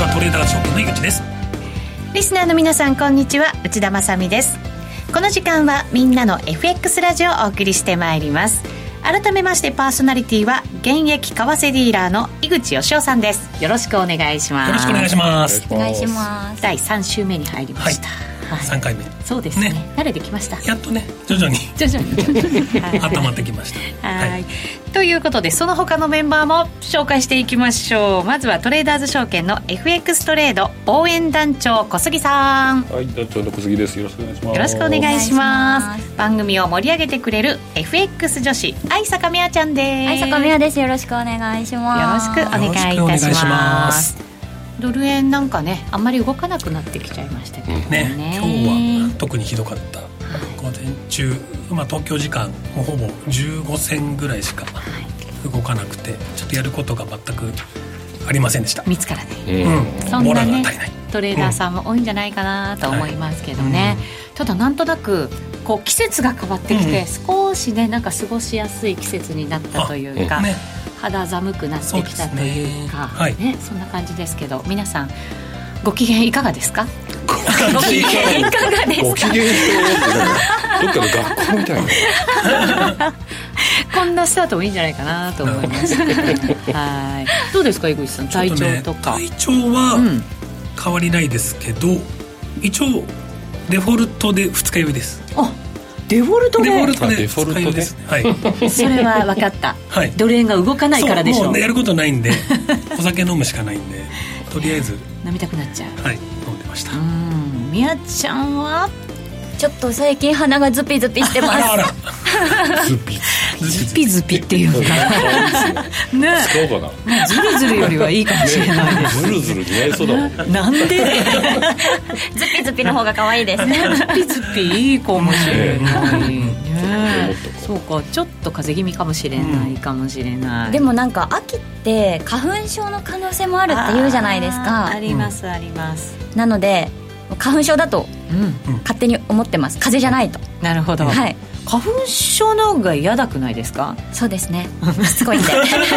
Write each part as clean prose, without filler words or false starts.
はトレーダー証券の井口です。 リスナーの皆さんこんにちは、内田まさみです。この時間はみんなの FX ラジオをお送りしてまいります。改めましてパーソナリティは現役為替ディーラーの井口義雄さんです。よろしくお願いします。 よろしくお願いします。 お願いします。 第3週目に入りました、 はい、3回目。 そうです ね慣れてきました。 やっとね徐々に温まってきました。 はい、ということでその他のメンバーも紹介していきましょう。まずはトレーダーズ証券の FX トレード応援団長小杉さん。 はい、団長の小杉です。よろしくお願いします。 よろしくお願いします。番組を盛り上げてくれる FX 女子愛坂美也ちゃんです。 愛坂美也です。よろしくお願いします。 よろしくお願いいたします。ドル円なんかねあんまり動かなくなってきちゃいましたけど ね。 今日は特にひどかった。午前中、東京時間もうほぼ15銭ぐらいしか動かなくて、ちょっとやることが全くありませんでした。 見つからない、そんなねトレーダーさんも多いんじゃないかなと思いますけどね、ただなんとなくこう季節が変わってきて、少しねなんか過ごしやすい季節になったというか、肌寒くなってきたというか、そんな感じですけど、皆さんご機嫌いかがですか？ご機嫌いかがですか？ ご機嫌どっかの学校みたいなこんなスタートもいいんじゃないかなと思いますはい、どうですか井口さん、体調とか。 体調は変わりないですけど、一応デフォルトで二日酔いです。 あ、デフォルトで二日酔いですね。はい、 それは分かった、 はい、 ドル円が動かないからでしょ。 もうやることないんでお酒飲むしかないんでとりあえず飲みたくなっちゃう。 はい、飲んでました。 みやちゃんはちょっと最近鼻がズピズピしてます。 ズピズピズピっていうかね、 使おうかな。 ズルズルよりはいいかもしれないです。 ズルズル似合いそうだもん。 なんでズピズピの方が可愛いですね。 ズピズピいいかもしれないね。そうか、ちょっと風邪気味かもしれないかもしれない。 でもなんか秋って花粉症の可能性もあるって言うじゃないですか。 ありますあります。 なので花粉症だと勝手に思ってます。風邪じゃないと。 なるほど、 はい、 花粉症の方が嫌だくないですか？ そうですね、しつこいんで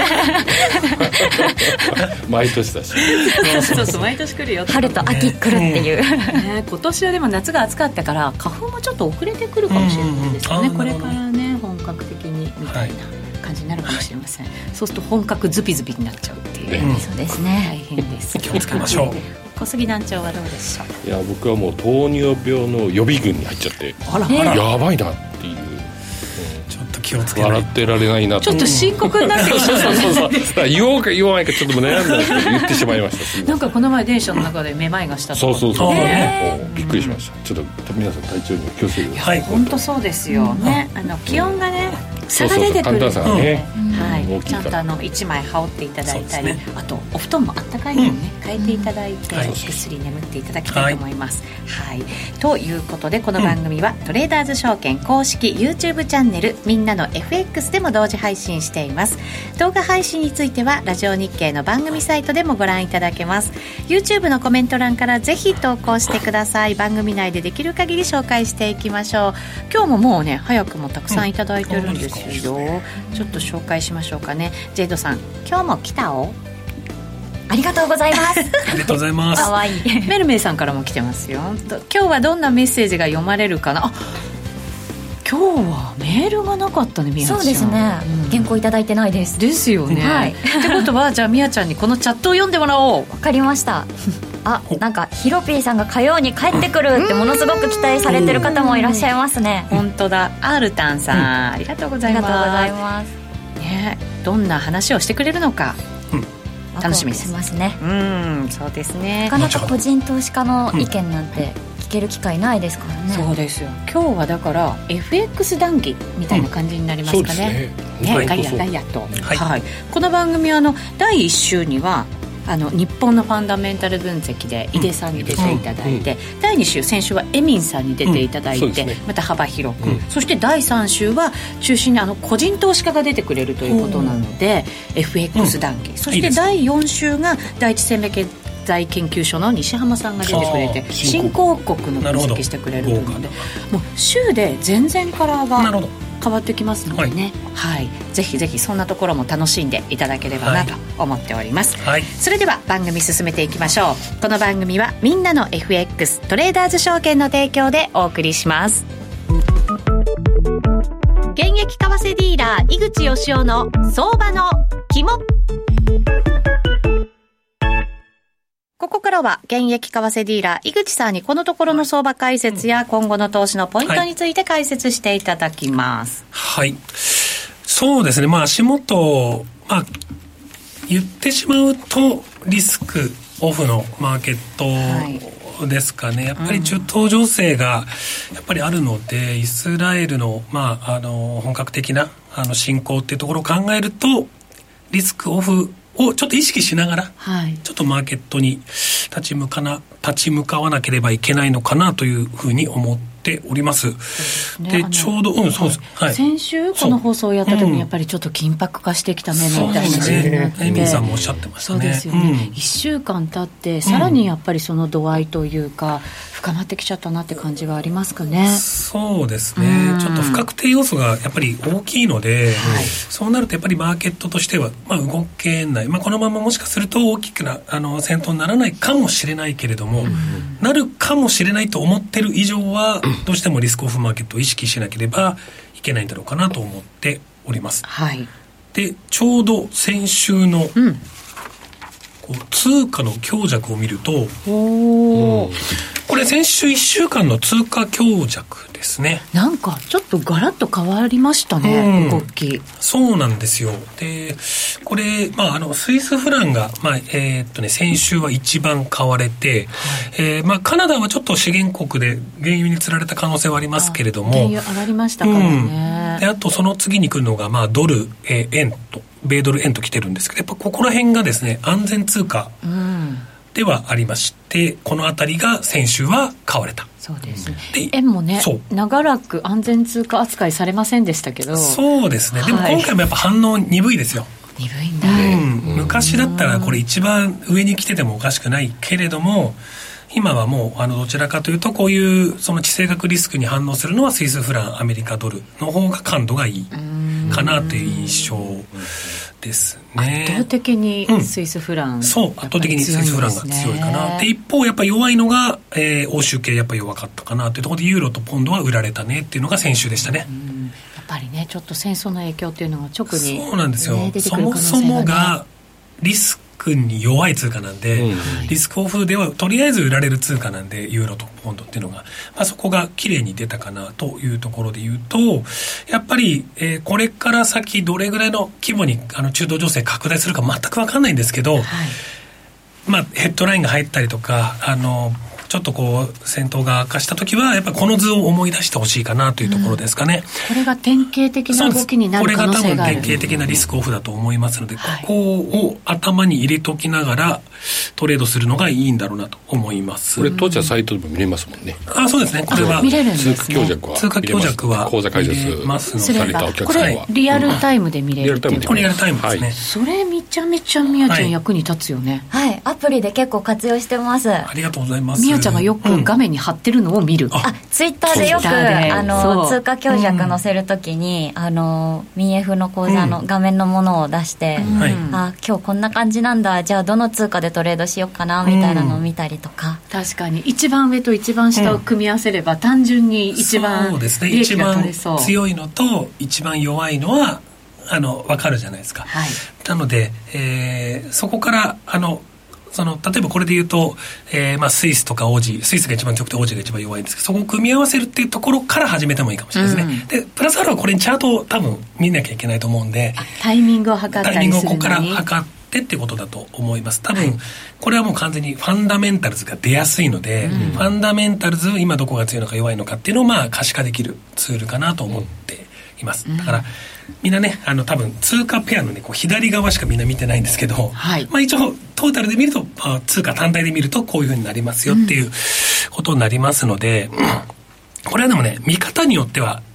毎年だしそう毎年来るよ。 春と秋来るっていう、 今年はでも夏が暑かったから花粉もちょっと遅れてくるかもしれないですよね、これからね本格的にみたいな感じになるかもしれません、そうすると本格ズピズピになっちゃうっていう、 そうですね、 大変です。 気をつけましょう。 小杉団長はどうでしょう？ いや、僕はもう糖尿病の予備軍に入っちゃって、やばいなっていう、 ちょっと気をつけない。 笑ってられないなと。 ちょっと深刻になってきましたね。 言おうか言わないかちょっと悩んだって言ってしまいました。 なんかこの前電車の中でめまいがしたとか。 そうびっくりしました。ちょっと皆さん体調に気をつけてください。 本当そうですよね。気温がね差が出てくるので、ちゃんと1枚羽織っていただいたり、あとお布団もあったかいのにね変えていただいて、ぐっすり眠っていただきたいと思います。はい、ということでこの番組はトレーダーズ証券公式 YouTube チャンネルみんなの FX でも同時配信しています。動画配信についてはラジオ日経の番組サイトでもご覧いただけます。 YouTube のコメント欄からぜひ投稿してください。番組内でできる限り紹介していきましょう。今日ももうね早くもたくさんいただいてるんですよ、ちょっと紹介しましょうかね。ジェイドさん、今日も来たおありがとうございますありがとうございます。 かわいい。 メルメイさんからも来てますよ。今日はどんなメッセージが読まれるかな。今日はメールがなかったね、みやちゃん。 そうですね、原稿いただいてないです。 ですよね、 はい、 ってことはじゃあみやちゃんにこのチャットを読んでもらおう。 わかりましたなんかヒロピーさんが火曜に帰ってくるってものすごく期待されてる方もいらっしゃいますね。 本当だ、アルタンさん、ありがとうございます。 ありがとうございます、 ね、どんな話をしてくれるのか、楽しみです。 しますね。 そうですね。 なかなか個人投資家の意見なんて聞ける機会ないですからね。 そうですよ。今日はだから FX 談義みたいな感じになりますかね。ガイアと、この番組は第1週には日本のファンダメンタル分析で井出さんに出ていただいて、第2週先週はエミンさんに出ていただいて、また幅広く、そして第3週は中心に個人投資家が出てくれるということなので、FX 談義、そして第4週が第一生命経済研究所の西浜さんが出てくれて新興国の分析してくれるので、もう週で全然カラーが変わってきますのでね、はい、ぜひぜひそんなところも楽しんでいただければなと思っております、はい、それでは番組進めていきましょう。この番組はみんなの FX トレーダーズ証券の提供でお送りします。現役為替ディーラー井口義雄の相場の肝。ここからは現役為替ディーラー井口さんにこのところの相場解説や今後の投資のポイントについて解説していただきます。 はい、そうですね、足元、言ってしまうとリスクオフのマーケットですかね。やっぱり中東情勢がやっぱりあるので、イスラエルの、本格的な侵攻っていうところを考えるとリスクオフをちょっと意識しながら、ちょっとマーケットに立ち向かわなければいけないのかなというふうに思っております。でちょうど、そうです、 先週この放送をやった時にやっぱりちょっと緊迫化してきた面みたいな話になって、 エミンさんもおっしゃってましたね。 そうですよね、1週間経ってさらにやっぱりその度合いというか、深まってきちゃったなって感じがありますかね。 そうですね、ちょっと不確定要素がやっぱり大きいので、そうなるとやっぱりマーケットとしては、動けない、このままもしかすると大きくな戦闘にならないかもしれないけれども、なるかもしれないと思ってる以上はどうしてもリスクオフマーケットを意識しなければいけないんだろうかなと思っております、でちょうど先週の、通貨の強弱を見ると、これ先週1週間の通貨強弱ですね。 なんかちょっとガラッと変わりましたね、動き。 そうなんですよ。でこれ、スイスフランが、先週は一番買われて、カナダはちょっと資源国で原油に釣られた可能性はありますけれども、 原油上がりましたからね、 であとその次に来るのが、ドル、円と米ドル円と来てるんですけど、やっぱここら辺がですね安全通貨ではありまして、このあたりが先週は買われた。 そうですね、円もね長らく安全通貨扱いされませんでしたけど。 そうですね、でも今回もやっぱ反応鈍いですよ。 鈍いんだ、 昔だったらこれ一番上に来ててもおかしくないけれども、今はもうどちらかというとこういうその地政学リスクに反応するのはスイスフラン、アメリカドルの方が感度がいいかなという印象ですね。 圧倒的にスイスフラン、 そう圧倒的にスイスフランが強いかな。で一方やっぱ弱いのが、欧州系やっぱ弱かったかなというところで、ユーロとポンドは売られたねっていうのが先週でしたね。 やっぱりねちょっと戦争の影響っていうのが直に、 そうなんですよ、 出てくる可能性がね、 そもそもがリスクに弱い通貨なんで、リスクオフではとりあえず売られる通貨なんで、ユーロとポンドっていうのが、そこが綺麗に出たかなというところで言うと、やっぱり、これから先どれぐらいの規模に中東情勢拡大するか全く分かんないんですけど、ヘッドラインが入ったりとかちょっとこう戦闘が悪化した時はやっぱりこの図を思い出してほしいかなというところですかね、 これが典型的な動きになる可能性がある。 これが多分典型的なリスクオフだと思いますので、ここを頭に入れときながらトレードするのがいいんだろうなと思います。 これ当社サイトでも見れますもんね。 そうですね、これは見れるんですね。 通貨強弱は口座開設されたお客さんはこれリアルタイムで見れるっていう、 これリアルタイムですね、 それめちゃめちゃみやちゃん役に立つよね。 アプリで結構活用してます。 ありがとうございます。 みやちゃんがよく画面に貼ってるのを見る、 ツイッターでよく通貨強弱載せるときに、ミンエフの口座の画面のものを出して、今日こんな感じなんだ、じゃあどの通貨でトレードしようかなみたいなのを見たりとか、 確かに一番上と一番下を組み合わせれば、単純に一番利益が取れそう。 一番強いのと一番弱いのは分かるじゃないですか、なので、そこから例えばこれで言うと、スイスとかオージー、スイスが一番強くてオージーが一番弱いんですけど、そこを組み合わせるっていうところから始めてもいいかもしれないですね、でプラスアルファこれにチャートを多分見なきゃいけないと思うんで、 タイミングを測ったりするのに、 タイミングをここから測ってっていうことだと思います。多分、これはもう完全にファンダメンタルズが出やすいので、ファンダメンタルズ今どこが強いのか弱いのかっていうのを可視化できるツールかなと思っています、だからみんなね多分通貨ペアのね左側しかみんな見てないんですけど、一応トータルで見ると通貨単体で見るとこういう風になりますよっていうことになりますので、これはでもね見方によっては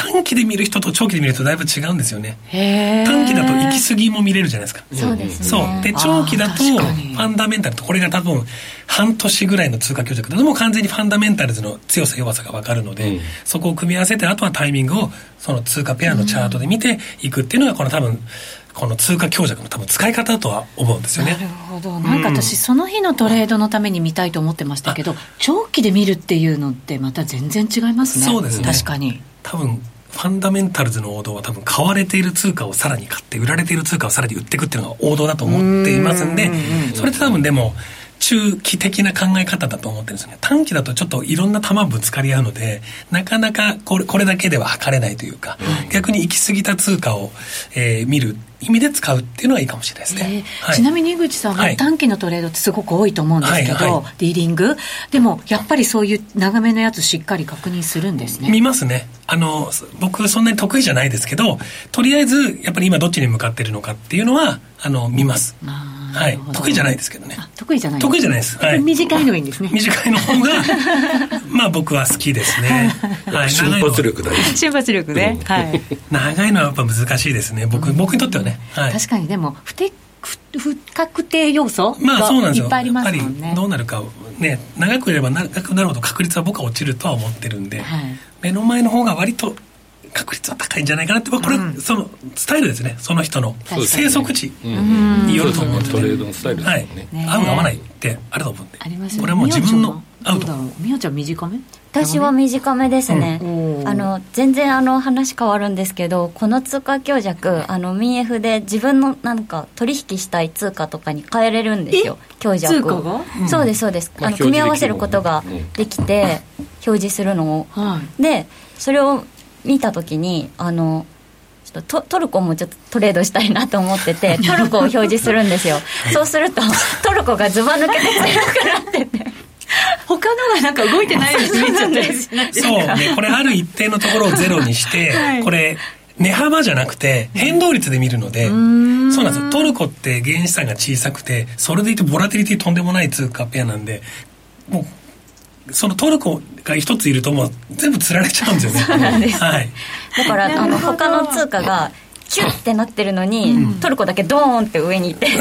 短期で見る人と長期で見る人だいぶ違うんですよね。短期だと行き過ぎも見れるじゃないですか。 そうですね。 そうで長期だとファンダメンタルと、これが多分半年ぐらいの通貨強弱だともう完全にファンダメンタルズの強さ弱さが分かるので、そこを組み合わせて、あとはタイミングをその通貨ペアのチャートで見ていくっていうのが、この多分この通貨強弱の多分使い方だとは思うんですよね。 なるほど。なんか私その日のトレードのために見たいと思ってましたけど、長期で見るっていうのってまた全然違いますね。 そうですね。 確かに。 多分ファンダメンタルズの王道は多分買われている通貨をさらに買って、売られている通貨をさらに売っていくっていうのが王道だと思っていますんで、それって多分でも中期的な考え方だと思ってるんですよね。短期だとちょっといろんな球ぶつかり合うので、なかなかこれだけでは測れないというか、逆に行き過ぎた通貨を、見る意味で使うっていうのがいいかもしれないですね。 ちなみに井口さんは短期のトレードってすごく多いと思うんですけど、ディーリングでもやっぱりそういう長めのやつしっかり確認するんですね。 見ますね。僕そんなに得意じゃないですけど、とりあえずやっぱり今どっちに向かってるのかっていうのは見ます。はい、得意じゃないですけどね。 得意じゃないです。はい、 短いのがいいんですね。 短いの方がまあ僕は好きですね。 はい、瞬発力大事。 瞬発力ね。はい。 長いのはやっぱ難しいですね。僕にとってはね。はい、 確かにでも不確定要素がいっぱいありますもんね。やっぱりどうなるかね、長くいれば長くなるほど確率は僕は落ちるとは思ってるんで、目の前の方が割と確率は高いんじゃないかなって、これ、そのスタイルですね。その人の生息地によると思うんで、 トレードのスタイルですね。 合う合わないってあると思うんで、 ありますよね。 これはもう自分の合うと。 みおちゃん短め？ 私は短めですね。全然話変わるんですけど、この通貨強弱民 F で自分のなんか取引したい通貨とかに変えれるんですよ。強弱通貨が？ そうですそうです。組み合わせることができて表示するのを、でそれを見たときにちょっとトルコもちょっとトレードしたいなと思ってて、トルコを表示するんですよ。そうするとトルコがズバ抜けて強くなってて他のがなんか動いてないように見えちゃったりしないですか？ そうね、これある一定のところをゼロにして、これ値幅じゃなくて変動率で見るので、そうなんですよ。トルコって原資産が小さくて、それでいてボラティリティとんでもない通貨ペアなんで、もうそのトルコが一ついるともう全部釣られちゃうんですよね。 そうなんです、はい、だから他の通貨がキュッてなってるのに、トルコだけドーンって上にいて、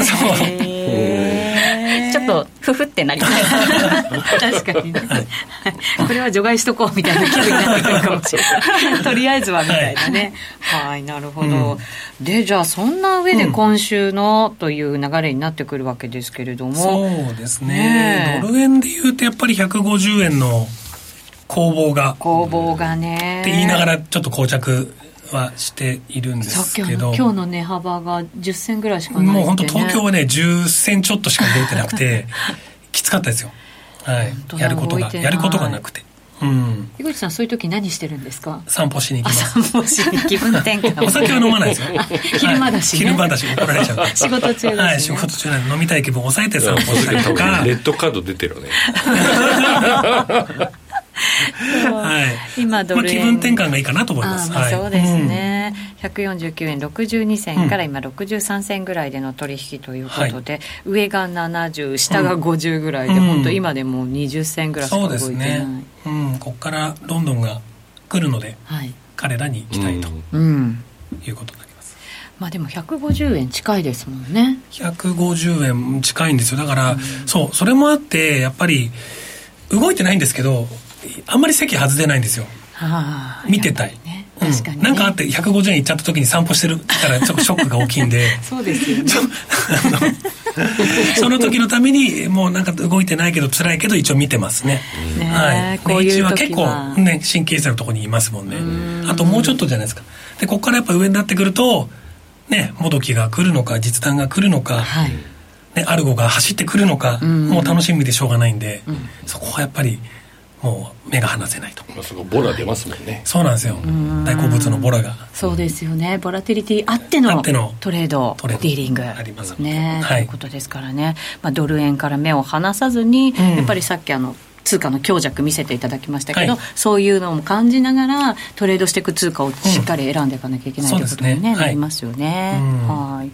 ちょっとフフってなります確かにね、これは除外しとこうみたいな気分になってくるかもしれないとりあえずはみたいなね。はい、なるほど、でじゃあそんな上で今週のという流れになってくるわけですけれども、 そうですね、ドル円でいうとやっぱり150円の攻防がねって言いながらちょっと膠着はしているんですけど、 今日の値幅が10銭ぐらいしかないって、ね、 もう本当東京はね10銭ちょっとしか出てなくてきつかったですよ、はい、やることがなくて。 井口さんそういう時何してるんですか？ 散歩しに行きます。 散歩しに気分転換お酒は飲まないですよ昼間だし、ね、 昼間だし怒られちゃう仕事中ですね、 はい、仕事中なんで飲みたい気分を抑えて散歩したりとかレッドカード出てるねはい、 今ドル円、 気分転換がいいかなと思います。 そうですね、149円62銭から今63銭ぐらいでの取引ということで、上が70下が50ぐらいで、本当今でもう20銭ぐらいしか動いてない。そうですね、 ここからロンドンが来るので、彼らに行きたいということになります。 まあでも150円近いですもんね。 150円近いんですよ。だから、それもあってやっぱり動いてないんですけど、あんまり席外れないんですよ。見てたい、ね、確かにね、なんかあって150円いっちゃった時に散歩してるからちょっとショックが大きいんでそうですよねその時のためにもうなんか動いてないけど辛いけど一応見てますね、はい、こういう時は結構ね神経質なところにいますもんね。あともうちょっとじゃないですか。でここからやっぱ上になってくるとね、もどきが来るのか実弾が来るのか、ね、アルゴが走ってくるのか、もう楽しみでしょうがないんで、そこはやっぱりもう目が離せないと。 すごいボラ出ますもんね。 そうなんですよ、大好物のボラが。 そうですよね、ボラティリティあってのトレードディーリングありますね、ということですからね、ドル円から目を離さずに、やっぱりさっき通貨の強弱見せていただきましたけど、そういうのも感じながらトレードしていく通貨をしっかり選んでいかなきゃいけないということに、なりますよね。はい。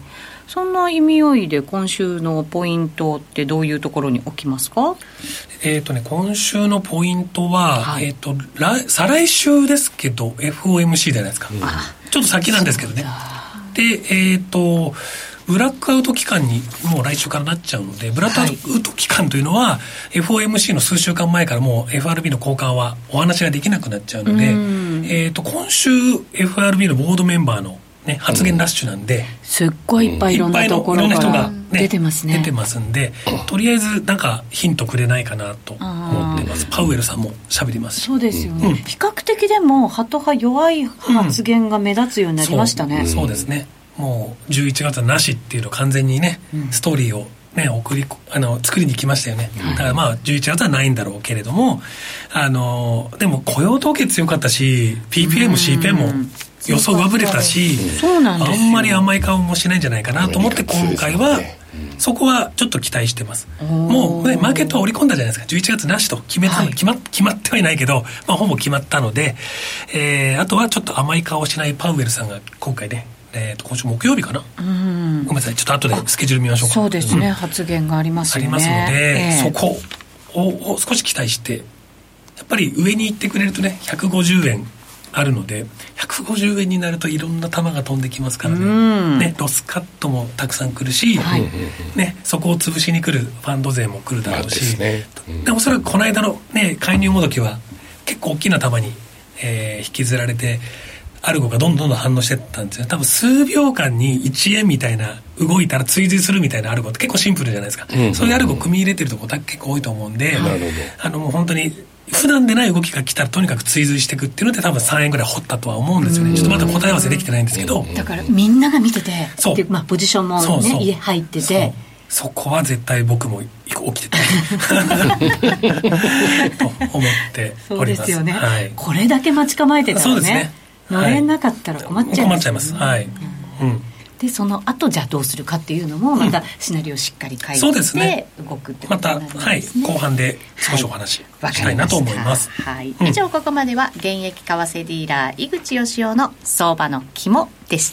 そんな意味合いで今週のポイントってどういうところに置きますか？ 今週のポイントは、はい、再来週ですけど FOMC じゃないですか、ちょっと先なんですけどね。でブラックアウト期間にもう来週からなっちゃうので、ブラックアウト期間というのは FOMC の数週間前からもう FRB の交換はお話ができなくなっちゃうので、今週 FRB のボードメンバーの、ね、発言ラッシュなんで、 すっごいいっぱいいろんなところから出てますね。 出てますんで、とりあえずなんかヒントくれないかなと思ってます。パウエルさんも喋りますし。 そうですよね、比較的でもハト派弱い発言が目立つようになりましたね。 そうですね。もう11月はなしっていうのを完全にね、ストーリーをね作りに来ましたよね。だからまあ11月はないんだろうけれども、でも雇用統計強かったし PPM、CPM も予想上振れたし、あんまり甘い顔もしないんじゃないかなと思って、今回はそこはちょっと期待してます。もう、ね、マーケットは織り込んだじゃないですか。11月なしと決まってはいないけど、まあ、ほぼ決まったので、あとはちょっと甘い顔しないパウエルさんが今回ね、今週木曜日かな、ごめんなさい、ちょっと後でスケジュール見ましょうか。 そうですね、発言がありますよね。 ありますので、そこを少し期待して、やっぱり上に行ってくれるとね、150円あるので、150円になるといろんな玉が飛んできますからね、ロスカットもたくさん来るし、ね、そこを潰しに来るファンド勢も来るだろうし、でおそらくこの間の、ね、介入もどきは結構大きな玉に、引きずられて、アルゴがどんどん反応してったんですよ。多分数秒間に1円みたいな動いたら追随するみたいなアルゴって結構シンプルじゃないですか、そういうアルゴ組み入れてるところ結構多いと思うんで、もう本当に普段でない動きが来たらとにかく追随していくっていうので多分3円ぐらい掘ったとは思うんですよね。ちょっとまだ答え合わせできてないんですけど、 だからみんなが見てて、で、まあ、ポジションもね入ってて、 そこは絶対僕も起きてたと思っております。そうですよね、はい、 これだけ待ち構えてたら ね乗れなかったら困っちゃいます、 困っちゃいます。はい、 でその後じゃあどうするかっていうのもまたシナリオをしっかり書いて、動くってことになりますね。 また、後半で少しお話ししたいなと思います。 以上、ここまでは現役為替ディーラー井口義雄の相場の肝でした。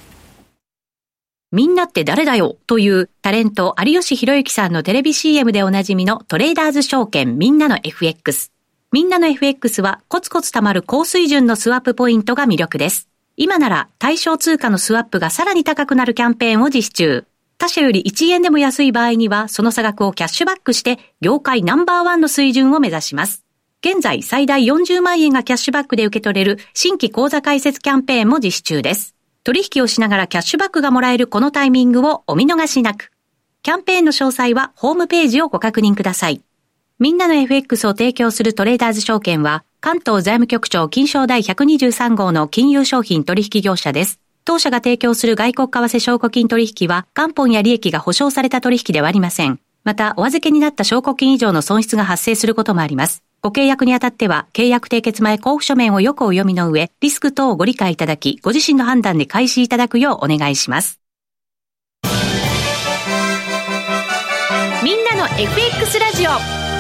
みんなって誰だよというタレント有吉弘行さんのテレビ CM でおなじみのトレーダーズ証券みんなの FX。みんなの FX はコツコツ貯まる高水準のスワップポイントが魅力です。今なら対象通貨のスワップがさらに高くなるキャンペーンを実施中。他社より1円でも安い場合にはその差額をキャッシュバックして業界ナンバーワンの水準を目指します。現在最大40万円がキャッシュバックで受け取れる新規口座開設キャンペーンも実施中です。取引をしながらキャッシュバックがもらえるこのタイミングをお見逃しなく。キャンペーンの詳細はホームページをご確認ください。みんなの FX を提供するトレーダーズ証券は関東財務局長金商第123号の金融商品取引業者です。当社が提供する外国為替証拠金取引は元本や利益が保証された取引ではありません。またお預けになった証拠金以上の損失が発生することもあります。ご契約にあたっては契約締結前交付書面をよくお読みの上、リスク等をご理解いただき、ご自身の判断で開始いただくようお願いします。みんなの FX ラジオ。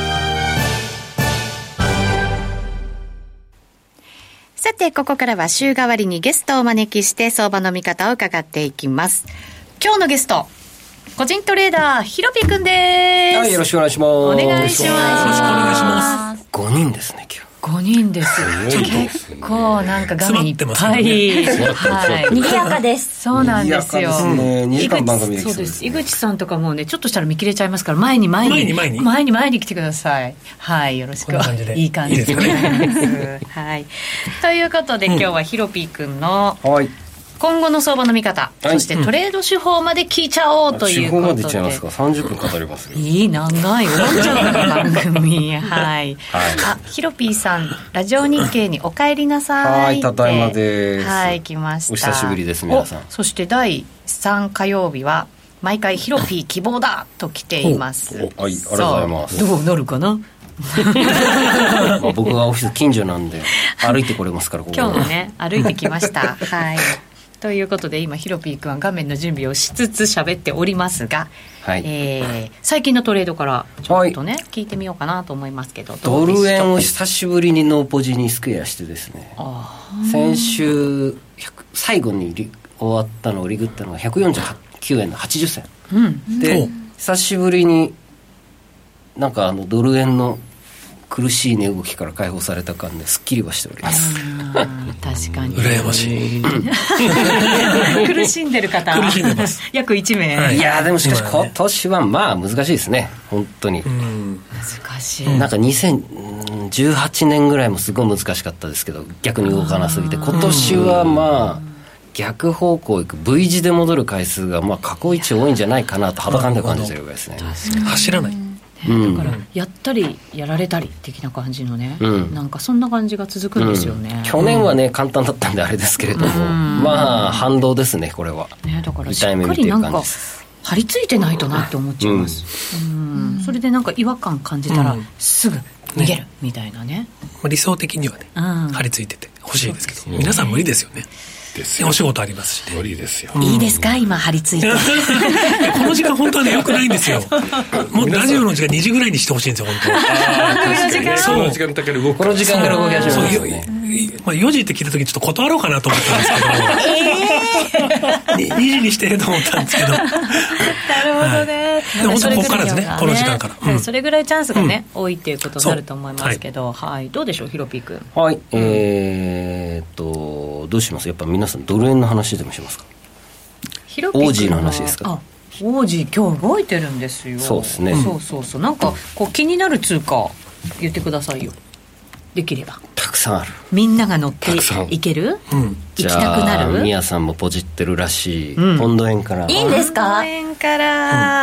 さて、ここからは週替わりにゲストをお招きして相場の見方を伺っていきます。今日のゲスト、個人トレーダーひろぴくんです。 はい、よろしくお願いします。 お願いします。よろしくお願いします。5人ですね、今日。 5人です。結構なんか画面いっぱい、 賑やかです。 そうなんですよ。 2時間番組できそうです。井口さんとかもね、ちょっとしたら見切れちゃいますから、前に来てください。はい、よろしく。いい感じですね。はい。ということで、今日はひろぴーくんの今後の相場の見方、そしてトレード手法まで聞いちゃおうということで。 手法までいっちゃいますか。30分語りますよ。 いい、長い。終わっちゃう番組。はい。あ、ひろぴーさん、ラジオ日経にお帰りなさい。 はい、ただいまです。 はい、来ました。 お久しぶりです、皆さん。 そして第3火曜日は、毎回ひろぴー希望だと来ています。 はい、ありがとうございます。 どうなるかな僕がオフィス近所なんで、歩いてこれますから、ここ今日もね、歩いてきました。はい。ということで今ヒロピー君は画面の準備をしつつ喋っておりますが、はい、最近のトレードからちょっとね、聞いてみようかなと思いますけど、 ドル円を久しぶりにノーポジにスクエアしてですね、先週最後に終わったのをリグったのが149 109円の80銭、で久しぶりになんかドル円の苦しい値動きから解放された感ですっきりはしております。 確かに羨ましい苦しんでる方苦しんでます約1名、 いやでもしかし今年はまあ難しいですね本当に。 難しい。 なんか2018年ぐらいもすごい難しかったですけど逆に動かなすぎて、今年はまあ逆方向行く V 字で戻る回数がまあ過去一多いんじゃないかなと肌感で感じてるぐらいですね。 走らない、 だからやったりやられたり的な感じのね、なんかそんな感じが続くんですよね、 去年はね簡単だったんであれですけれども、まあ反動ですねこれは、 だからしっかりなんか張り付いてないとなって思っちゃいます、それでなんか違和感感じたらすぐ逃げるみたいなね、 理想的にはね、張り付いててほしいですけど、皆さん無理ですよね。お仕事ありますし、ね、 無理ですよ。 いいですか今張り付いてこの時間本当はね良くないんですよもうラジオの時間2時ぐらいにしてほしいんですよ本当は。 この時間だけ動く、 この時間から動き始めますね。 まあ、4時って聞いた時にちょっと断ろうかなと思ったんですけど、2時にしてと思ったんですけどなるほどね、 で本当にここからですね、この時間から、 それぐらいチャンスがね、多いっていうことになると思いますけど、どうでしょうヒロピー君。 はい、どうします？やっぱ皆さんドル円の話でもしますか？ ヒロピー君オージーの話ですか？ オージー今日動いてるんですよ。 そうですね、 そうなんかこう気になる通貨言ってくださいよ、できれば。 たくさんある。 みんなが乗っていける、行きたくなる。 じゃあミヤさんもポジってるらしい、ポンド円からいいんですか？ ポンド円から、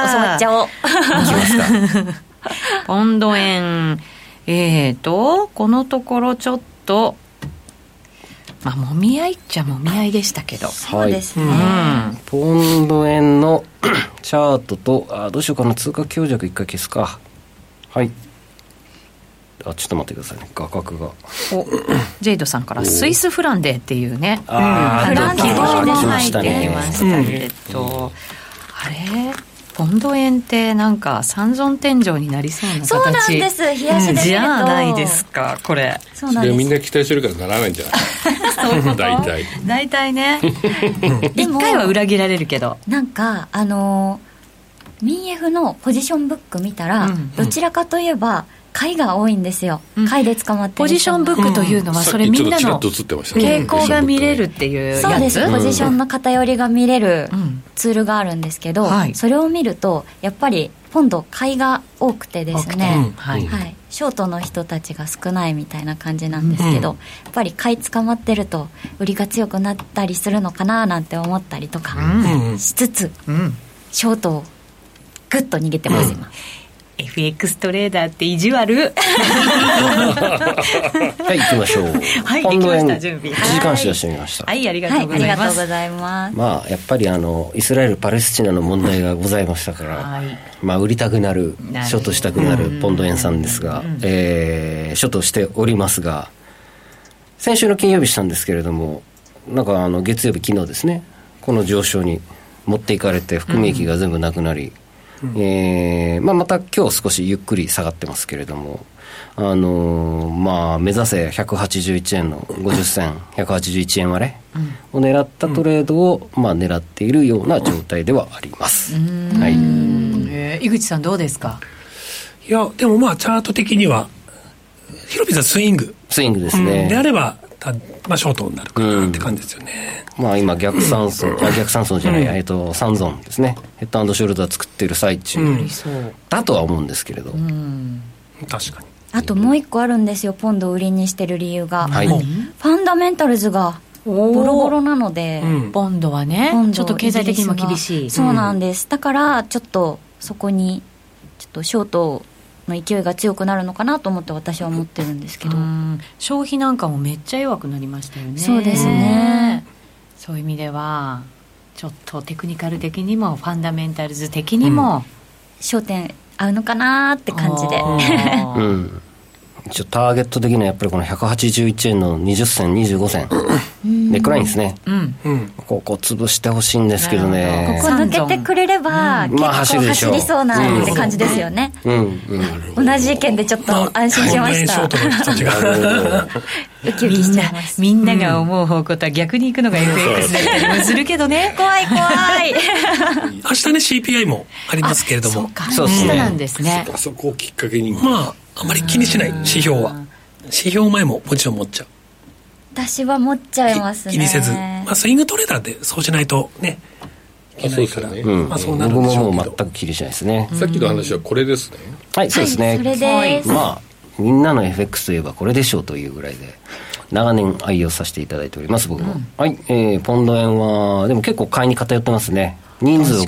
教わっちゃおう。いきますか？ ポンド円このところちょっとまあもみ合いっちゃもみ合いでしたけど、 そうですね、 ポンド円のチャートとどうしようかな、通貨強弱一回消すか。はい、ちょっと待ってくださいね、画角が。 ジェイドさんからスイスフランデーっていうね、 フランス語も入ってきましたけど、あれポンド円ってなんか三尊天井になりそうな形。 そうなんです、冷やしで見ると、 じゃあないですかこれ。 そうなんです。 みんな期待してるからならないんじゃない大体ね一回は裏切られるけど、 なんか民エフのポジションブック見たら、どちらかといえば買いが多いんですよ、買いで捕まってる。 ポジションブックというのは、それみんなの傾向が見れるっていうやつ。 そうです、ポジションの偏りが見れるツールがあるんですけど、それを見るとやっぱりポンド買いが多くてですね、ショートの人たちが少ないみたいな感じなんですけど、やっぱり買い捕まってると売りが強くなったりするのかななんて思ったりとかしつつ、ショートをグッと逃げてます、今。 FX トレーダーって意地悪はい行きましょう。 ポンド円準備 1時間足出してみました。 はい、ありがとうございます。 ありがとうございます。 まあやっぱりイスラエルパレスチナの問題がございましたから、まあ売りたくなる、ショートしたくなるポンド円さんですが、ショートしておりますが、先週の金曜日したんですけれども、なんか月曜日昨日ですね、この上昇に持っていかれて含み益が全部なくなり、また今日少しゆっくり下がってますけれども、目指せ181円の50銭181円割れを狙ったトレードを、狙っているような状態ではあります。 井口さんどうですか？ いやでもチャート的にはヒロピーさんスイングですね、 であればショートになるかなって感じですよね。 今逆三層じゃない、3ゾーンですね、ヘッド&ショルダー作っている最中だとは思うんですけれど、 確かに。 あともう一個あるんですよ、ポンドを売りにしてる理由が、ファンダメンタルズがボロボロなので、 ポンドはねちょっと経済的にも厳しい。 そうなんです。だからちょっとそこにちょっとショートの勢いが強くなるのかなと思って私は思ってるんですけど、 消費なんかもめっちゃ弱くなりましたよね。 そうですね。 そういう意味ではちょっとテクニカル的にもファンダメンタルズ的にも、 焦点合うのかなって感じで一応ターゲット的にはやっぱりこの181円の20銭25銭ネックラインですね、ここ潰してほしいんですけどね。 ここ抜けてくれれば結構走りそうなって感じですよね。同じ意見でちょっと安心しました。 みんなが思う方向とは逆に行くのが FX だったりもするけどね。 怖い明日ね CPI もありますけれども、 そうなんですね。 そこをきっかけにあまり気にしない指標は、指標前ももちろん持っちゃう。 私は持っちゃいますね。 気にせず、スイングトレーダーでそうしないとねいけないから、そうなるんでしょうけど、 僕ももう全く気にしないですね。 さっきの話はこれですね。 はい、そうですね。 それです。 みんなの FX といえばこれでしょうというぐらいで長年愛用させていただいております僕も、はい。ポンド円はでも結構買いに偏ってますね。人数は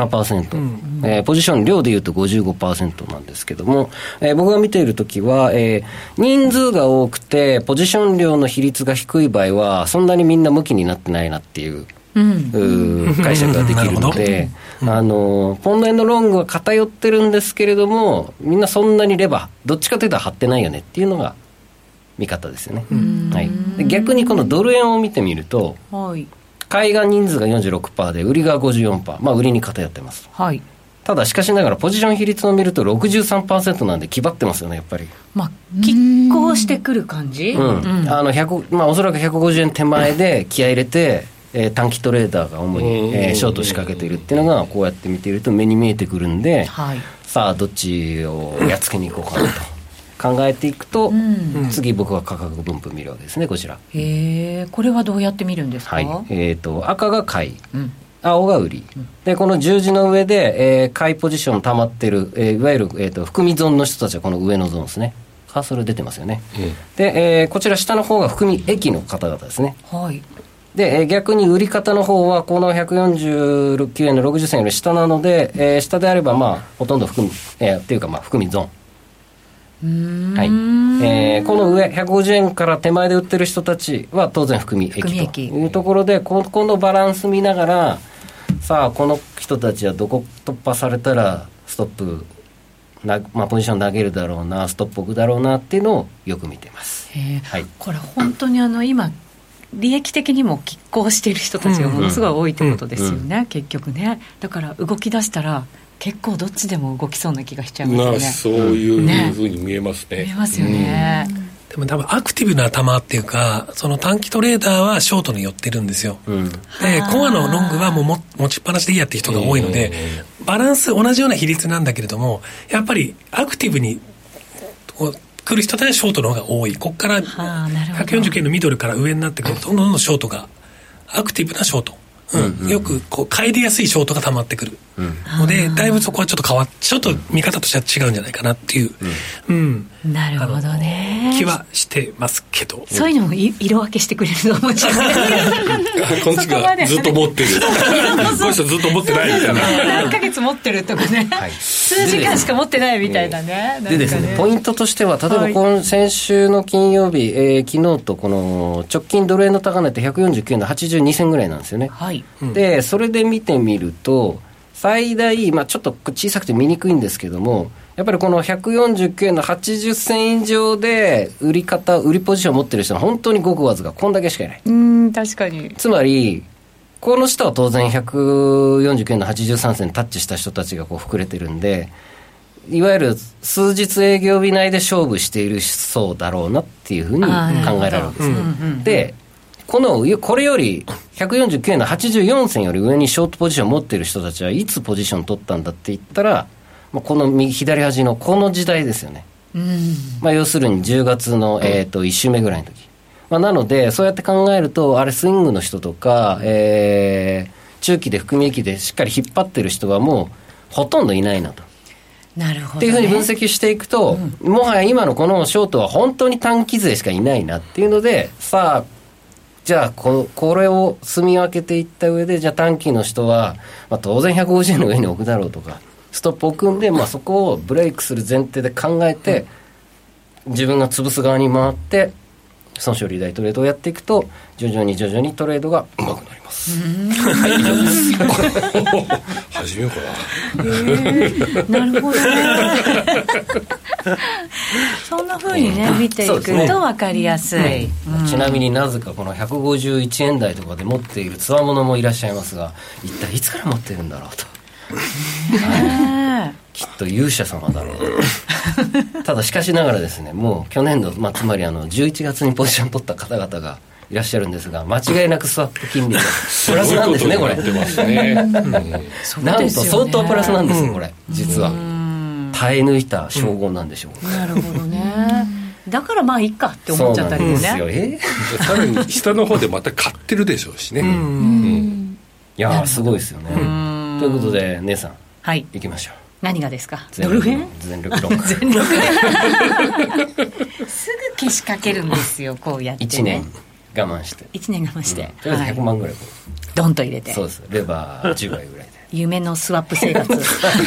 57%、ポジション量でいうと 55% なんですけども、僕が見ているときは、人数が多くてポジション量の比率が低い場合はそんなにみんな向きになってないなっていう解釈ができるので、ポンド円のロングは偏ってるんですけれどもみんなそんなにレバーどっちかというと張ってないよねっていうのが見方ですよね。はい、で逆にこのドル円を見てみると、買いが人数が 46% で売りが 54%、売りに偏ってます、ただしかしながらポジション比率を見ると 63% なんで気張ってますよねやっぱり。 拮抗してくる感じ、 おそらく150円手前で気合い入れて短期トレーダーが主に、ショート仕掛けているっていうのがこうやって見ていると目に見えてくるんで、さあどっちをやっつけに行こうかなと考えていくと、次僕は価格分布見るわけですね。こちらこれはどうやって見るんですか。 赤が買い、青が売り、でこの十字の上で、買いポジション溜まってる、いわゆる、含み損の人たちはこの上のゾーンですね。カーソル出てますよね、で、こちら下の方が含み益の方々ですね。で、逆に売り方の方はこの149円の60銭より下なので、下であればほとんど含み、っていうか含み損、この上150円から手前で売ってる人たちは当然含み益というところで、このバランス見ながらさあこの人たちはどこ突破されたらストップポジション投げるだろうな、ストップ置くだろうなっていうのをよく見てます。 これ本当に今利益的にも拮抗している人たちがものすごい多いってことですよね、結局ね。だから動き出したら結構どっちでも動きそうな気がしちゃいますよね。 そういうふうに見えますね。 見えますよね、 でも多分アクティブな球っていうかその短期トレーダーはショートに寄ってるんですよ、でコアのロングはもう持ちっぱなしでいいやっていう人が多いので、バランス同じような比率なんだけれどもやっぱりアクティブに来る人たちはショートの方が多い。ここから140円のミドルから上になってくるとどんどんショートがアクティブなショート、よく買いでやすいショートが溜まってくるので、だいぶそこはちょっとちょっと見方としては違うんじゃないかなっていう、 なるほどね、 気はしてますけど、 そういうのも色分けしてくれると思っちゃうこっちがずっと持ってるこの人ずっと持ってないみたいな何ヶ月持ってるとかね、数時間しか持ってないみたいなね。 でですね、ポイントとしては例えば先週の金曜日、昨日とこの直近ドル円の高値って149円の82銭ぐらいなんですよね、でそれで見てみると最大、ちょっと小さくて見にくいんですけども、やっぱりこの149円の80銭以上で売りポジションを持ってる人は本当にごくわずかこんだけしかいない。 確かに。 つまりこの下は当然149円の83銭タッチした人たちが膨れてるんで、いわゆる数日営業日内で勝負しているそうだろうなっていうふうに考えられるんですね。でこれより149円の84銭より上にショートポジションを持っている人たちはいつポジション取ったんだって言ったら、この左端のこの時代ですよね、要するに10月の、1週目ぐらいの時、なのでそうやって考えるとスイングの人とか、中期で含み益でしっかり引っ張ってる人はもうほとんどいないなと。 なるほどね、 っていうふうに分析していくと、もはや今のこのショートは本当に短期勢しかいないなっていうので、さあじゃあこれを住み分けていった上で、じゃあ短期の人は、当然150円の上に置くだろうとかストップを置くんで、そこをブレイクする前提で考えて、自分が潰す側に回って損傷利大トレードをやっていくと徐々にトレードがうまくなります。 はい、以上です始めようかな。なるほどねそんな風にね見ていくと分かりやすい、 ちなみになぜかこの151円台とかで持っているつわものもいらっしゃいますが、一体いつから持ってるんだろうときっと勇者様だろうただしかしながらですね、もう去年度、つまり11月にポジション取った方々がいらっしゃるんですが、間違いなくスワップ金利がプラスなんですねこれ。なんと相当プラスなんですよこれ、実は耐え抜いた称号なんでしょう、 なるほどねだからいいかって思っちゃったりね。 そうなんですよ。 さらに下の方でまた買ってるでしょうしね。 いやすごいですよね。ということで姉さん、 はい、 行きましょう。 何がですか？ドル円？ 全力ロックすぐ消しかけるんですよこうやってね。 1年我慢してとりあえず 100万ぐらいドンと入れて、 そうです、レバー10倍ぐらいで夢のスワップ生活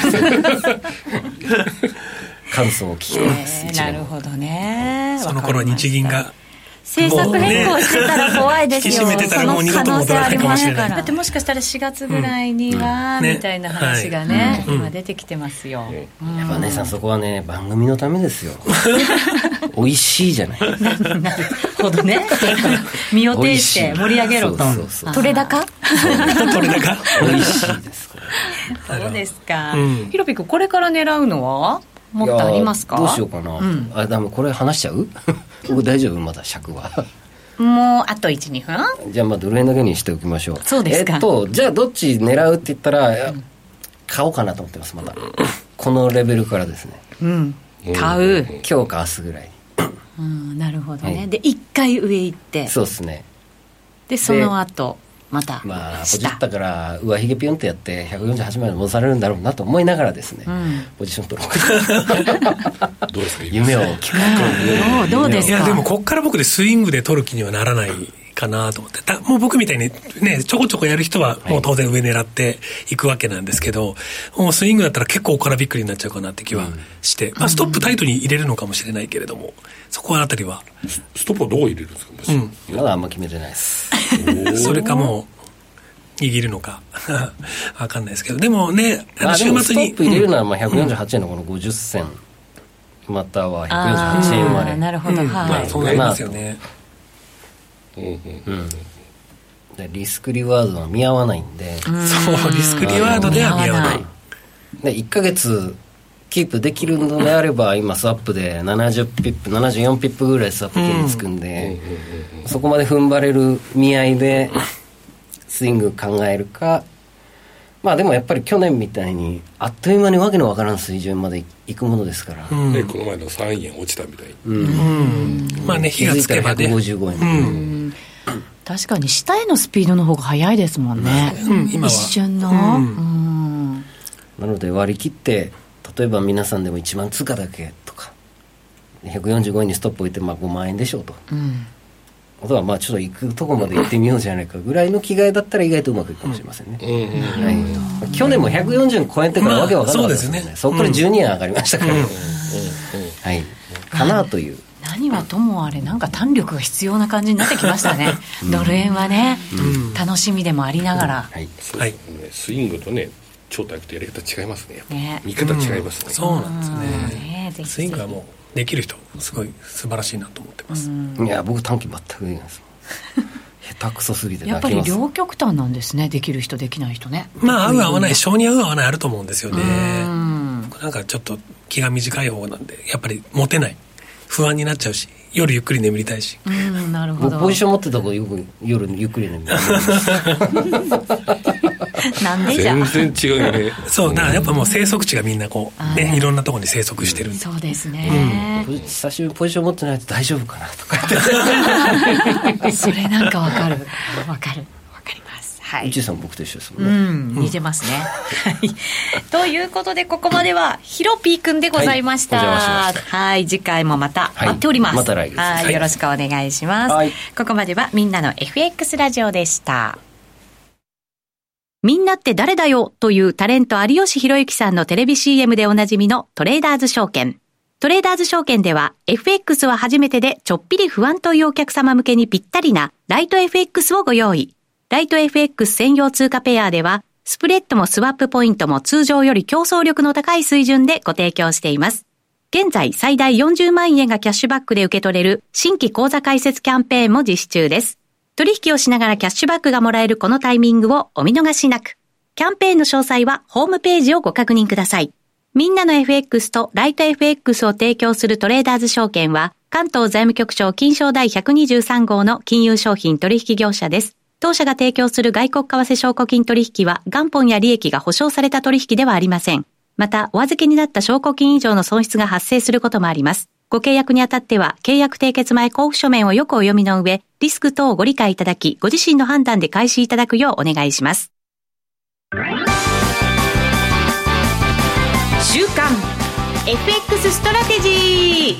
感想を聞きます、 なるほどね。 その頃日銀が政策変更してたら怖いですよ。 引き締めてたらもう二度と戻らないかもしれない。 だってもしかしたら4月ぐらいには、みたいな話がね、今出てきてますよ。 やっぱ姉さんそこはね番組のためですよ美味しいじゃないなるほどね身を挺して盛り上げろと。 取れ高取れ高美味しいですこれ。そうですか。ひろぴくんこれから狙うのはもっとありますか？ どうしようかな、でもこれ話しちゃう僕大丈夫？まだ尺はもうあと 1,2 分。 じゃあドル円だけにしておきましょう。 そうですか。 じゃあどっち狙うって言ったら、買おうかなと思ってます。またこのレベルからですね、 買う今日か明日ぐらいに、なるほどね、で1回上行って、 そうですね、 でその後またポジったから上髭ピョンってやって148まで戻されるんだろうなと思いながらですね、ポジション取ろうどうですか夢を聞くどうですか？ いやでもこっから僕でスイングで取る気にはならないかなと思って、もう僕みたいにねちょこちょこやる人はもう当然上狙っていくわけなんですけど、もうスイングだったら結構おからびっくりになっちゃうかなって気はして、ストップタイトに入れるのかもしれないけれども、そこはあたりはストップはどう入れるんですか？ まだあんま決めてないですそれかもう握るのか分かんないですけど、でもね週末にストップ入れるのは148円のこの50銭または148円まで。 なるほど、 そうなりますよね。 リスクリワードは見合わないんで、 そうリスクリワードでは見合わない。 で1ヶ月キープできるのであれば今スワップで70ピップ74ピップぐらいスワップ金につくんで、そこまで踏ん張れる見合いでスイング考えるか、でもやっぱり去年みたいにあっという間にわけのわからん水準までいくものですから、 この前の3円落ちたみたいに、火がつけばね 155円、 確かに下へのスピードの方が速いですもんね、今は一瞬の、 なので割り切って例えば皆さんでも1万通貨だけとか145円にストップ置いて5万円でしょうと、あとはちょっと行くとこまで行ってみようじゃないかぐらいの気概だったら意外とうまくいくかもしれませんね、去年も140円超えてからわけわからなかったですね、そこから12円上がりましたから、かなという、 何はともあれなんか胆力が必要な感じになってきましたねドル円はね、楽しみでもありながら、 スイングとね超タイプとやり方違いますね、見方違いますね、 そうなんですね、スイングはもうできる人すごい素晴らしいなと思ってます。 いや僕短期全くできないです下手くそすぎてやっぱり両極端なんですね、できる人できない人ね。 合う合わない、性に合う合わないあると思うんですよね。僕なんかちょっと気が短い方なんでやっぱり持てない、不安になっちゃうし、夜ゆっくり眠りたいし。 なるほど。 ポジション持ってた方が夜ゆっくり眠りたいなんでじゃ全然違うよねそうだからやっぱもう生息地がみんなこうね、いろんなところに生息してるんで、 そうですね、 久しぶりにポジション持ってないと大丈夫かなとかそれなんかわかります。 うちさん僕と一緒ですもんね、 似てますねということでここまではヒロピーくんでございました。次回もまた待っております、 また来月よろしくお願いします、ここまではみんなの FX ラジオでした。みんなって誰だよというタレント有吉弘行さんのテレビ CM でおなじみのトレーダーズ証券。 トレーダーズ証券では FX は初めてでちょっぴり不安というお客様向けにぴったりなライト FX をご用意。ライト FX 専用通貨ペアではスプレッドもスワップポイントも通常より競争力の高い水準でご提供しています。現在最大40万円がキャッシュバックで受け取れる新規口座開設キャンペーンも実施中です。取引をしながらキャッシュバックがもらえるこのタイミングをお見逃しなく。キャンペーンの詳細はホームページをご確認ください。みんなの FX とライト FX を提供するトレーダーズ証券は、関東財務局長金商第123号の金融商品取引業者です。当社が提供する外国為替証拠金取引は、元本や利益が保証された取引ではありません。また、お預けになった証拠金以上の損失が発生することもあります。ご契約にあたっては、契約締結前交付書面をよくお読みの上、リスク等をご理解いただき、ご自身の判断で開始いただくようお願いします。週刊 FX ストラテジー。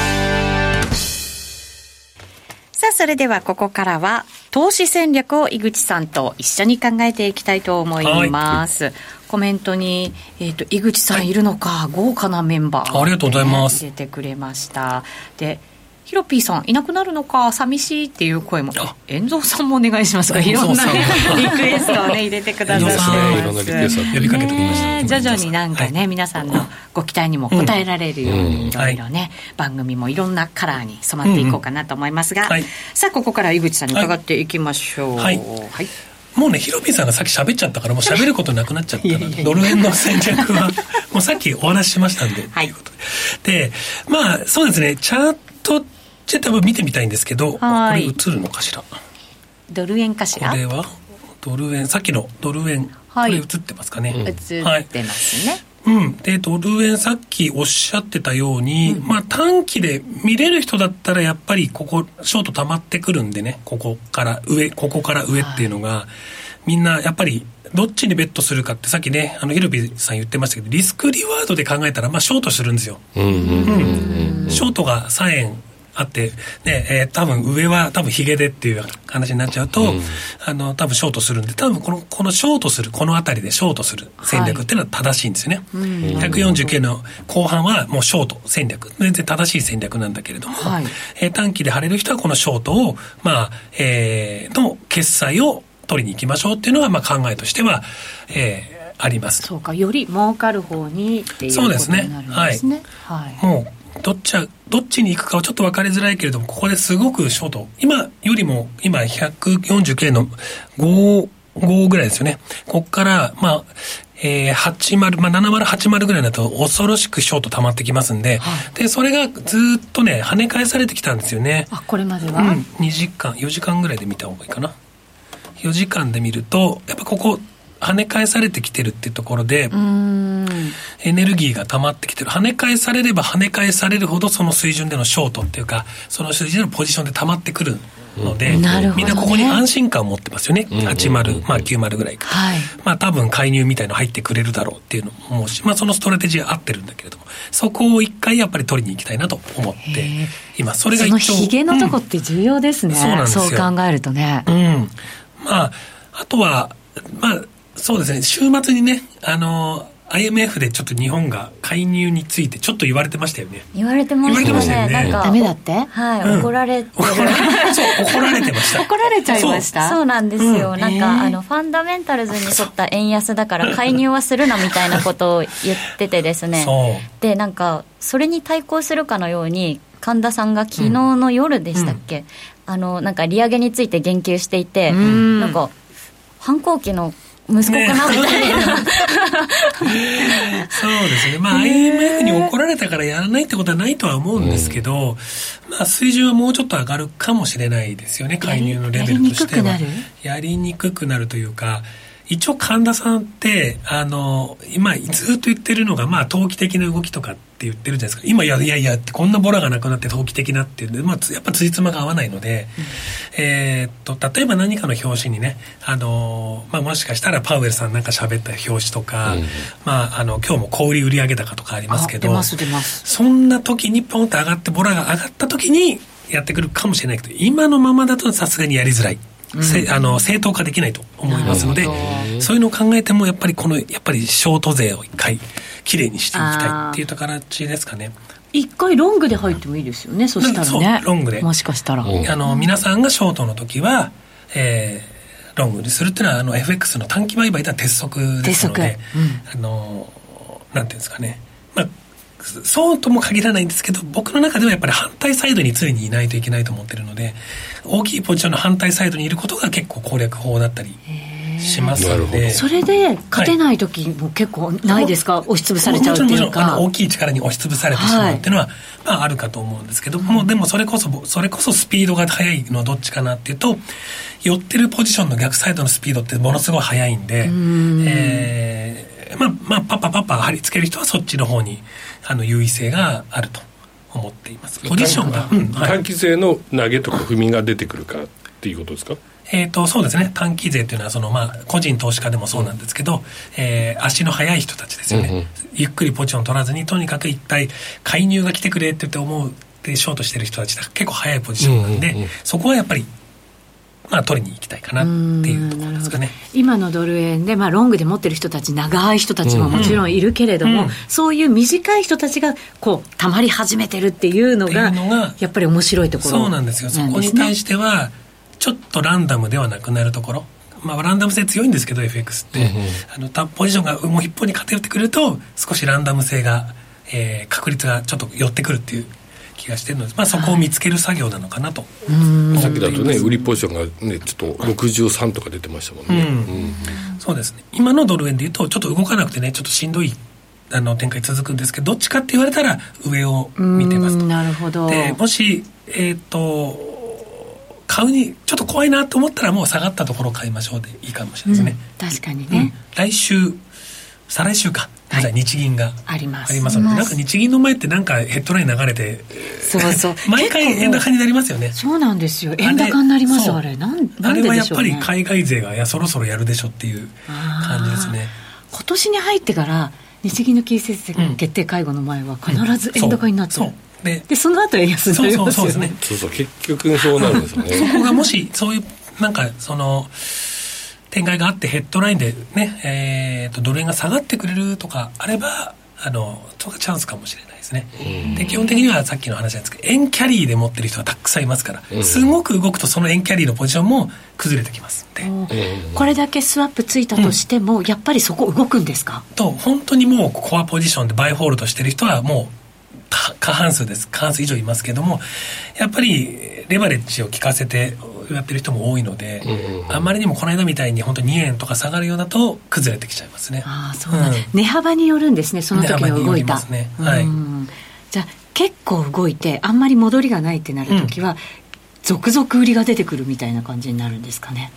さあ、それではここからは投資戦略を井口さんと一緒に考えていきたいと思います。はい、コメントに、井口さんいるのか、豪華なメンバー、ね、 ありがとうございます。 入れてくれました。で、ヒロピーさんいなくなるのか寂しいっていう声も、遠蔵さんもお願いしますが、いろんな、ね、リクエストをね入れてくださってます。 いろんなリクエスト呼びかけてきました、 徐々になんかね、はい、皆さんのご期待にも応えられるように、いろいろね、番組もいろんなカラーに染まっていこうかなと思いますが、はい、さあここから井口さんに伺っていきましょう。はい、はい、 もうね、ヒロピーさんがさっき喋っちゃったからもう喋ることなくなっちゃったなドル円の戦略はもうさっきお話ししましたんで、はい、ということで、まあそうですね、チャートちょっと見てみたいんですけど、これ映るのかしら。 ドル円かしら。 これはドル円、さっきのドル円、はい、これ映ってますかね。 映ってますね。 はい、うん。で、ドル円さっきおっしゃってたように、まあ短期で見れる人だったらやっぱりここショート溜まってくるんでね、ここから上っていうのが、みんなやっぱりどっちにベットするかってさっきね、ヒロピーさん言ってましたけど、リスクリワードで考えたらまあショートするんですよ。ショートが3円あって、ね、多分上は多分ヒゲでっていう話になっちゃうと、多分ショートするんで、多分このショートする、このあたりでショートする戦略っていうのは正しいんですよね。149の後半はもうショート戦略、全然正しい戦略なんだけれども、はい、短期で張れる人はこのショートを、まあ、の決済を取りに行きましょうっていうのが、まあ考えとしては、あります。 そうか、より儲かる方にっていうことになるんですね。そうですね。はい。 はい、もう、どっちに行くかはちょっと分かりづらいけれども、ここですごくショート、今よりも今149の5ぐらいですよね。ここからまあ、80、まあ、70、80ぐらいだと恐ろしくショート溜まってきますんで、はい、でそれがずっとね跳ね返されてきたんですよね。 あ、これまでは、 2時間4時間ぐらいで見た方がいいかな。4時間で見るとやっぱここ跳ね返されてきてるっていうところでエネルギーが溜まってきてる。跳ね返されれば跳ね返されるほどその水準でのショートっていうかその水準のポジションで溜まってくるので、みんなここに安心感を持ってますよね。80、まあ、90ぐらいか、はい、まあ多分介入みたいなの入ってくれるだろうっていうのも思うし、まあそのストラテジーは合ってるんだけれども、そこを一回やっぱり取りに行きたいなと思って今それが一応そのヒゲのとこって重要ですね、そうなんですよ。そう考えるとね、 まああとはまあそうですね、週末にねIMF でちょっと日本が介入についてちょっと言われてましたよね。 言われてましたね。なんかダメだって、 はい、怒られてそう怒られてました怒られちゃいました。 そうなんですよ、なんかファンダメンタルズに沿った円安だから介入はするなみたいなことを言っててですねでなんかそれに対抗するかのように神田さんが昨日の夜でしたっけ、なんか利上げについて言及していて、なんか反抗期の息子かなみたいな、そうですね、まあ IMF に怒られたからやらないってことはないとは思うんですけど、まあ水準はもうちょっと上がるかもしれないですよね。介入のレベルとしてはやりにくくなるというか、一応神田さんって今ずっと言ってるのがまあ投機的な動きとかって言ってるじゃないですか。今いやってこんなボラがなくなって投機的なっていうんで、まあ、やっぱついつまが合わないので、例えば何かの表紙にねまあ、もしかしたらパウエルさんなんか喋った表紙とか、まあ、今日も小売売上高とかありますけど、 出ますそんな時にポンと上がってボラが上がった時にやってくるかもしれないけど、今のままだとさすがにやりづらい。正当化できないと思いますので、そういうのを考えてもやっぱりショート税を一回きれいにしていきたいっていう形ですかね。 一回ロングで入ってもいいですよね。そしたらね、 そうロングでもしかしたら皆さんがショートの時は、ロングにするっていうのはFX の短期売買では鉄則ですので、なんていうんですかね、そうとも限らないんですけど、僕の中ではやっぱり反対サイドに常にいないといけないと思ってるので、大きいポジションの反対サイドにいることが結構攻略法だったりしますので、 それで勝てない時も結構ないですか、押しつぶされちゃうっていうか。もちろん大きい力に押しつぶされてしまうっていうのは、あるかと思うんですけども、でもそれこそスピードが速いのはどっちかなっていうと、寄ってるポジションの逆サイドのスピードってものすごい速いんで、パッ貼り付ける人はそっちの方に優位性があると思っています。ポジションが、 短期勢の投げとか踏みが出てくるからっていうことですか？ そうですね。短期勢っていうのは個人投資家でもそうなんですけど、足の速い人たちですよね。ゆっくりポジション取らずに、とにかく一体介入が来てくれって言って思うでショートしてる人たちだ結構速いポジションなんで、そこはやっぱり取りに行きたいかなっていうところですかね。 今のドル円で、ロングで持ってる人たち、長い人たちももちろんいるけれども、そういう短い人たちがたまり始めてるっていうのがやっぱり面白いところそうなんですよ。そこに対してはちょっとランダムではなくなるところ、ランダム性強いんですけど FX って、ポジションがもう一方に偏ってくると少しランダム性が、確率がちょっと寄ってくるっていう気がしてるので、そこを見つける作業なのかなと。 さっきだとね、売りポジションがねちょっと63とか出てましたもんね。 そうですね。今のドル円でいうとちょっと動かなくてね、ちょっとしんどい展開続くんですけど、どっちかって言われたら上を見てますと。 なるほど。 でもし買うにちょっと怖いなと思ったら、もう下がったところを買いましょうでいいかもしれないですね。 確かにね。 来週再来週か、日銀がありますので、なんか日銀の前ってなんかヘッドライン流れて、毎回円高になりますよね。 そうなんですよ。円高になります。あれなんででしょうね。 あれはやっぱり海外勢がそろそろやるでしょっていう感じですね。 今年に入ってから日銀の金融政策決定会合の前は必ず円高になってる。でその後円安になりますよね。 そう結局そうなるんですよね。 そこがもしそういうなんか展開があってヘッドラインでね、ドル円が下がってくれるとかあればそこがチャンスかもしれないですね。で基本的にはさっきの話なんですけど、円キャリーで持ってる人はたくさんいますから、すごく動くとその円キャリーのポジションも崩れてきますんで、 これだけスワップついたとしても、やっぱりそこ動くんですか？ 本当にもうコアポジションでバイホールドしてる人はもう過半数です。過半数以上いますけども、やっぱりレバレッジを効かせてやってる人も多いので、あまりにもこの間みたいに本当に2円とか下がるようだと崩れてきちゃいますね。 そうなん値幅によるんですね、その時の動いた。 ね、 じゃあ結構動いてあんまり戻りがないってなる時は、続々売りが出てくるみたいな感じになるんですかね。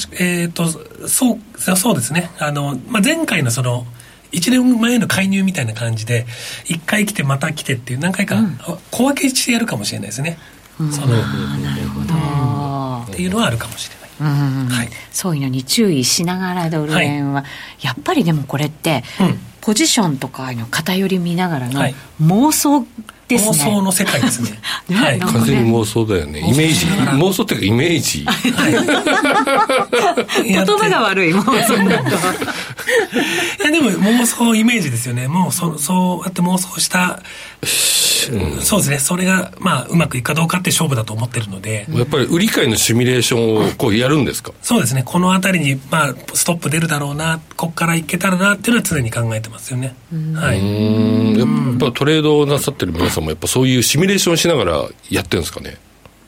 そうですね。前回の1年前の介入みたいな感じで1回来てまた来てっていう何回か小分けしてやるかもしれないですね。 なるほど、 っていうのはあるかもしれない。 そういうのに注意しながらドル円は、やっぱりでもこれって、ポジションとかの偏り見ながらの妄想ですね。 妄想の世界ですね。 完全に妄想だよね。イメージ。妄想っていうかイメージ。 言葉が悪い妄想だと。 いやでも妄想イメージですよね。もうそうやって妄想した。そうですね。それがうまくいくかどうかって勝負だと思ってるので。 やっぱり売り買いのシミュレーションをやるんですか？ そうですね。このあたりにストップ出るだろうな、ここからいけたらなっていうのは常に考えてますよね。 やっぱトレードをなさってる皆さんもやっぱそういうシミュレーションしながらやってるんですかね。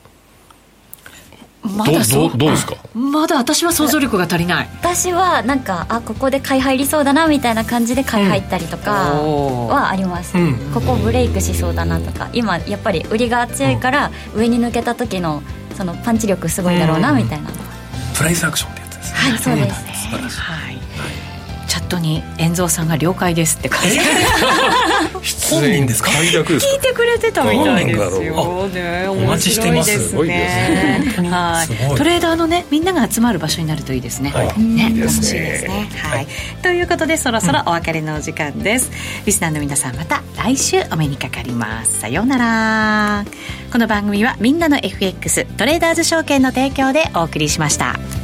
まだどうですか？ まだ私は想像力が足りない。 私はなんかここで買い入りそうだなみたいな感じで買い入ったりとかはあります、ここブレイクしそうだなとか、今やっぱり売りが強いから上に抜けた時のそのパンチ力すごいだろうなみたいな、 プライスアクションってやつですね。 はい、そうです、 素晴らしい。 チャットに遠蔵さんが了解ですって感じ本人ですか？ 聞いてくれてたみたいですよね。 お待ちしてます。 すごいですね。トレーダーのね、みんなが集まる場所になるといいですね。楽しいですね。ということでそろそろお別れのお時間です。リスナーの皆さん、また来週お目にかかります。さようなら。この番組はみんなの FX トレーダーズ証券の提供でお送りしました。